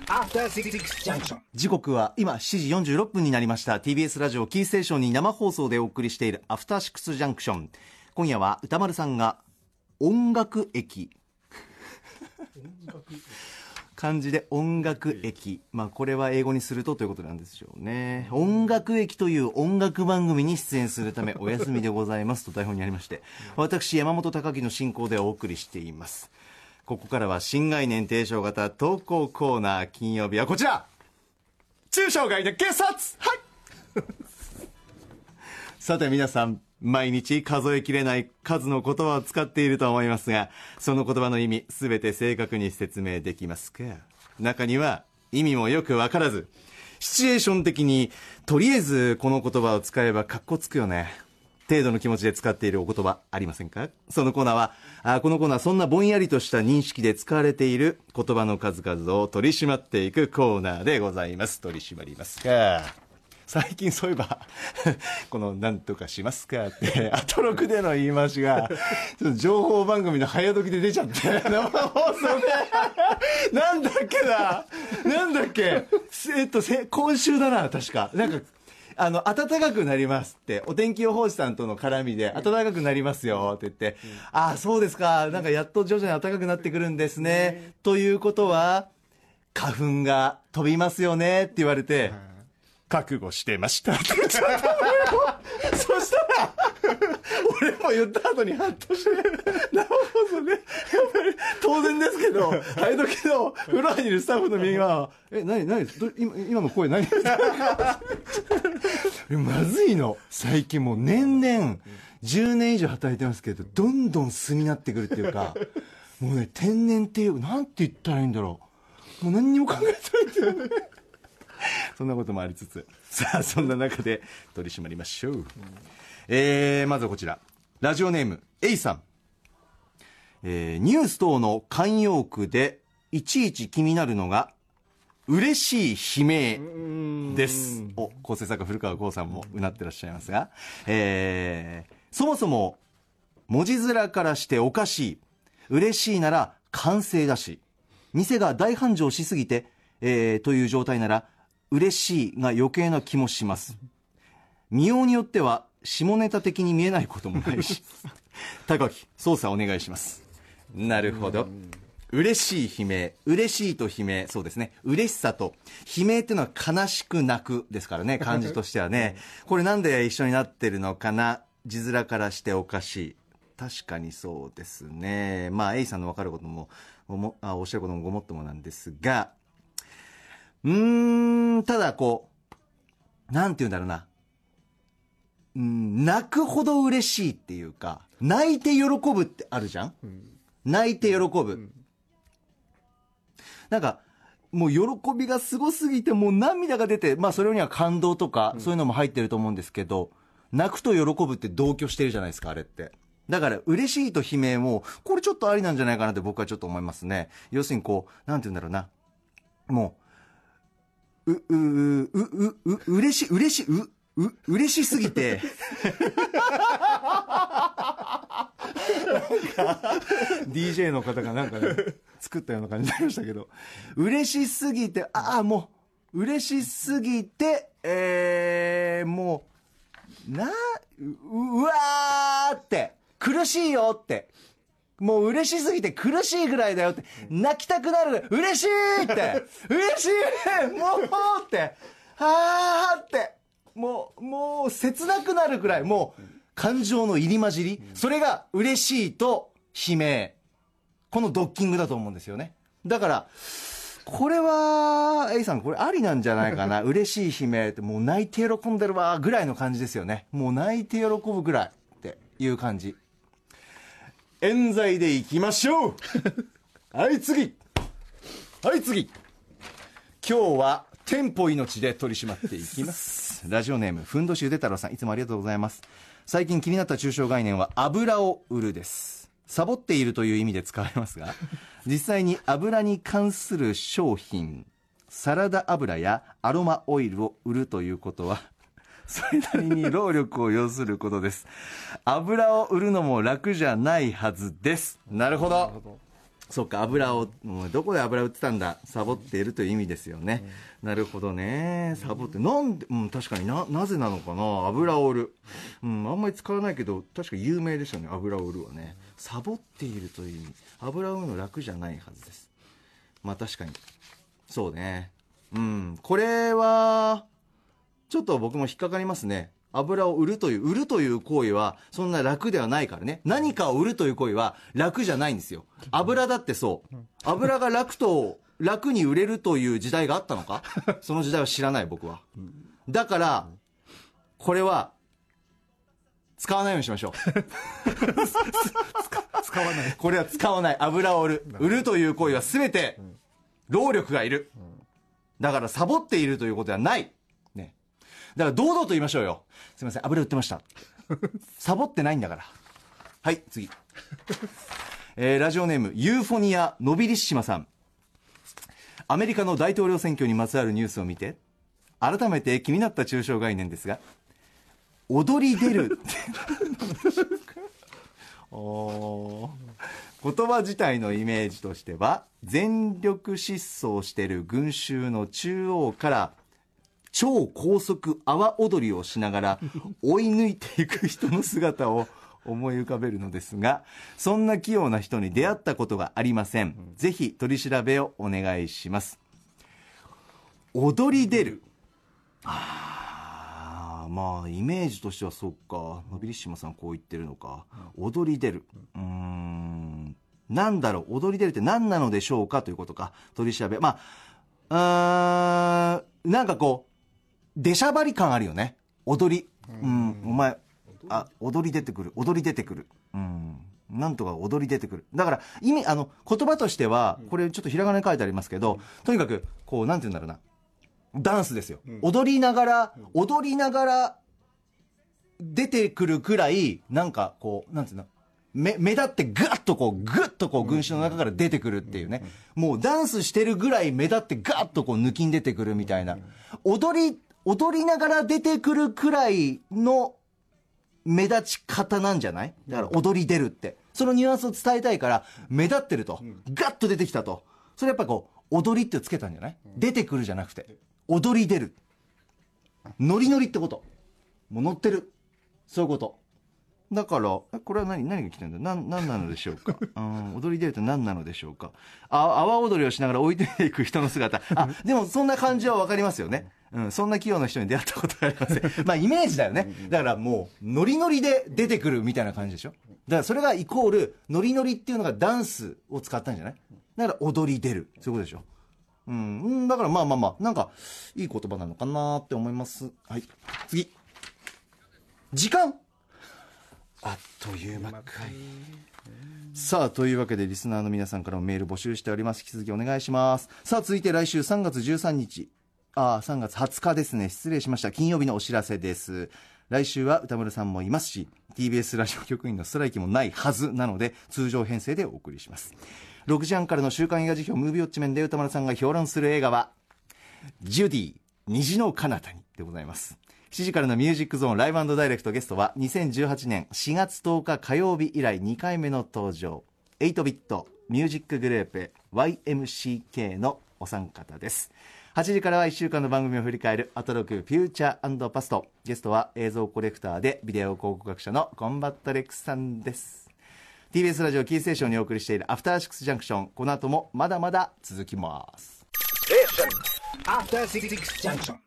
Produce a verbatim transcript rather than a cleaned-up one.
時刻は今しちじよんじゅうろっぷんになりました。 ティービーエス ラジオキーステーションに生放送でお送りしているアフターシックスジャンクション。今夜は歌丸さんが音楽駅漢字で音楽駅、まあこれは英語にするとということなんでしょうね。音楽駅という音楽番組に出演するためお休みでございますと台本にありまして、私山本貴樹の進行でお送りしています。ここからは新概念提唱型投稿コーナー。金曜日はこちら、中小概念警察。はいさて皆さん、毎日数えきれない数の言葉を使っていると思いますが、その言葉の意味すべて正確に説明できますか？中には意味もよくわからず、シチュエーション的にとりあえずこの言葉を使えばカッコつくよね程度の気持ちで使っているお言葉ありませんか？そのコーナーはあこのコーナーそんなぼんやりとした認識で使われている言葉の数々を取り締まっていくコーナーでございます。取り締まりますか？最近そういえばこのなんとかしますかってアトロクでの言い回しがちょっと情報番組の早時で出ちゃって生放送でなんだっけななんだっけえっと今週だな、確かなんかあの暖かくなりますってお天気予報士さんとの絡みで暖かくなりますよって言って、うん、ああそうですか、なんかやっと徐々に暖かくなってくるんですね、うん、ということは花粉が飛びますよねって言われて、うん、覚悟してましたって言っちゃったそしたら俺も言った後にハッとして生放送で、やっぱり当然ですけど早時のフロアにいるスタッフのみんながえ何何今今の声何まずいの。最近もう年々じゅうねん以上働いてますけどどんどん素になってくるっていうか、もうね天然っていうなんて言ったらいいんだろう、もう何にも考えてないんだよねそんなこともありつつ、さあそんな中で取り締まりましょう、うん、えー、まずはこちらラジオネーム A さん、えー、ニュース等の慣用句でいちいち気になるのが嬉しい悲鳴です。お構成作家古川光さんもうなってらっしゃいますが、えー、そもそも文字面からしておかしい、嬉しいなら完成だし、店が大繁盛しすぎて、えー、という状態なら嬉しいが余計な気もします。見ようによっては下ネタ的に見えないこともないし高木操作お願いします。なるほど、嬉しい悲鳴、嬉しいと悲鳴、そうですね、嬉しさと悲鳴っていうのは悲しく泣くですからね、漢字としてはねこれなんで一緒になってるのかな、字面からしておかしい、確かにそうですね。まあ A さんの分かることもおもあおっしゃることもごもっともなんですが、うーんただこうなんて言うんだろうな、うん、泣くほど嬉しいっていうか、泣いて喜ぶってあるじゃん、うん、泣いて喜ぶ、うん、なんかもう喜びがすごすぎてもう涙が出て、まあそれには感動とか、うん、そういうのも入ってると思うんですけど、泣くと喜ぶって同居してるじゃないですか、あれって。だから嬉しいと悲鳴もこれちょっとありなんじゃないかなって僕はちょっと思いますね。要するにこうなんて言うんだろうな、もううううううう嬉しい嬉しいうう嬉しすぎてなんか ディージェー の方がなんかね作ったような感じになりましたけど、嬉しすぎて、ああもう嬉しすぎて、えー、もうな う, うわーって苦しいよって、もう嬉しすぎて苦しいぐらいだよって、泣きたくなる、嬉しいって嬉しいもうってあーってもうもう切なくなるくらい、もう感情の入り混じり、それが嬉しいと悲鳴、このドッキングだと思うんですよね。だからこれは A さんこれありなんじゃないかな嬉しい悲鳴ってもう泣いて喜んでるわぐらいの感じですよね。もう泣いて喜ぶぐらいっていう感じ。冤罪でいきましょうはい次はい次、今日はテンポ命で取り締まっていきますラジオネームふんどしゆで太郎さん、いつもありがとうございます。最近気になった抽象概念は油を売るです。サボっているという意味で使われますが、実際に油に関する商品、サラダ油やアロマオイルを売るということはそれなりに労力を要することです。油を売るのも楽じゃないはずです。なるほど。 そっか、油をもうどこで油売ってたんだ、サボっているという意味ですよね、うん、なるほどね。サボってなんで、うん、確かに な, なぜなのかな、油を売る、うん、あんまり使わないけど確か有名ですよね、油を売るはね。サボっているという意味、油を売るの楽じゃないはずです。まあ確かにそうね、うん、これはちょっと僕も引っかかりますね。油を売るという売るという行為はそんな楽ではないからね。何かを売るという行為は楽じゃないんですよ。油だってそう、油が楽と楽に売れるという時代があったのかその時代は知らない僕は。だからこれは使わないようにしましょう使わない、 これは使わない。油を売る売るという行為は全て労力がいる。だからサボっているということはないね。だから堂々と言いましょうよ。すいません、油売ってましたサボってないんだから。はい次、えー、ラジオネームユーフォニアノビリッシマさん。アメリカの大統領選挙にまつわるニュースを見て改めて気になった抽象概念ですが、踊り出るお言葉自体のイメージとしては全力疾走してる群衆の中央から超高速阿波踊りをしながら追い抜いていく人の姿を思い浮かべるのですが、そんな器用な人に出会ったことがありません。ぜひ取り調べをお願いします。踊り出る、あー、まあイメージとしてはそっか、のびりしまさんこう言ってるのか。踊り出る、うーん、なんだろう、踊り出るって何なのでしょうかということか。取り調べ、まあ、うーん、なんかこう出しゃばり感あるよね、踊り。うん、お前、あ、踊り出てくる、踊り出てくる。うん、なんとか踊り出てくる。だから意味、あの言葉としてはこれちょっとひらがなに書いてありますけど、とにかくこうなんて言うんだろうな、ダンスですよ。踊りながら踊りながら出てくるくらい、なんかこうなんていうの、目目立ってグッとこうグッとこう群衆の中から出てくるっていうね、もうダンスしてるぐらい目立ってガッとこう抜きに出てくるみたいな、踊り踊りながら出てくるくらいの目立ち方なんじゃない？だから踊り出るってそのニュアンスを伝えたいから、目立ってるとガッと出てきたと、それやっぱこう踊りってつけたんじゃない？出てくるじゃなくて踊り出る、ノリノリってこと、もう乗ってる、そういうこと。だからこれは何何が来てるんだ、何何なのでしょうかうん、踊り出るって何なのでしょうか。あ、阿波踊りをしながら置いていく人の姿、あ、でもそんな感じは分かりますよね。うん、そんな器用な人に出会ったことがありませんまあイメージだよね。だからもうノリノリで出てくるみたいな感じでしょ。だからそれがイコールノリノリっていうのがダンスを使ったんじゃない？だから踊り出る、そういうことでしょ。うん、だからまあまあまあなんかいい言葉なのかなって思います。はい次、時間あっという間かい。さあというわけでリスナーの皆さんからもメール募集しております。引き続きお願いします。さあ続いて来週さんがつじゅうさんにち、あさんがつはつかですね、失礼しました、金曜日のお知らせです。来週は歌丸さんもいますし ティービーエス ラジオ局員のストライキもないはずなので通常編成でお送りします。ろくじはんからの週刊映画辞表ムービーウォッチメンで歌丸さんが評論する映画はジュディ虹の彼方にでございます。しちじからのミュージックゾーンライブ&ダイレクト、ゲストはにせんじゅうはちねんしがつとおか火曜日以来にかいめの登場、エイトビットミュージックグループ ワイエムシーケー のお三方です。はちじからはいっしゅうかんの番組を振り返るアトロクフューチャー&パスト、ゲストは映像コレクターでビデオ広告学者のコンバットレックスさんです。 ティービーエス ラジオキーステーションにお送りしているアフターシックスジャンクション、この後もまだまだ続きます。 アフターシックスジャンクション。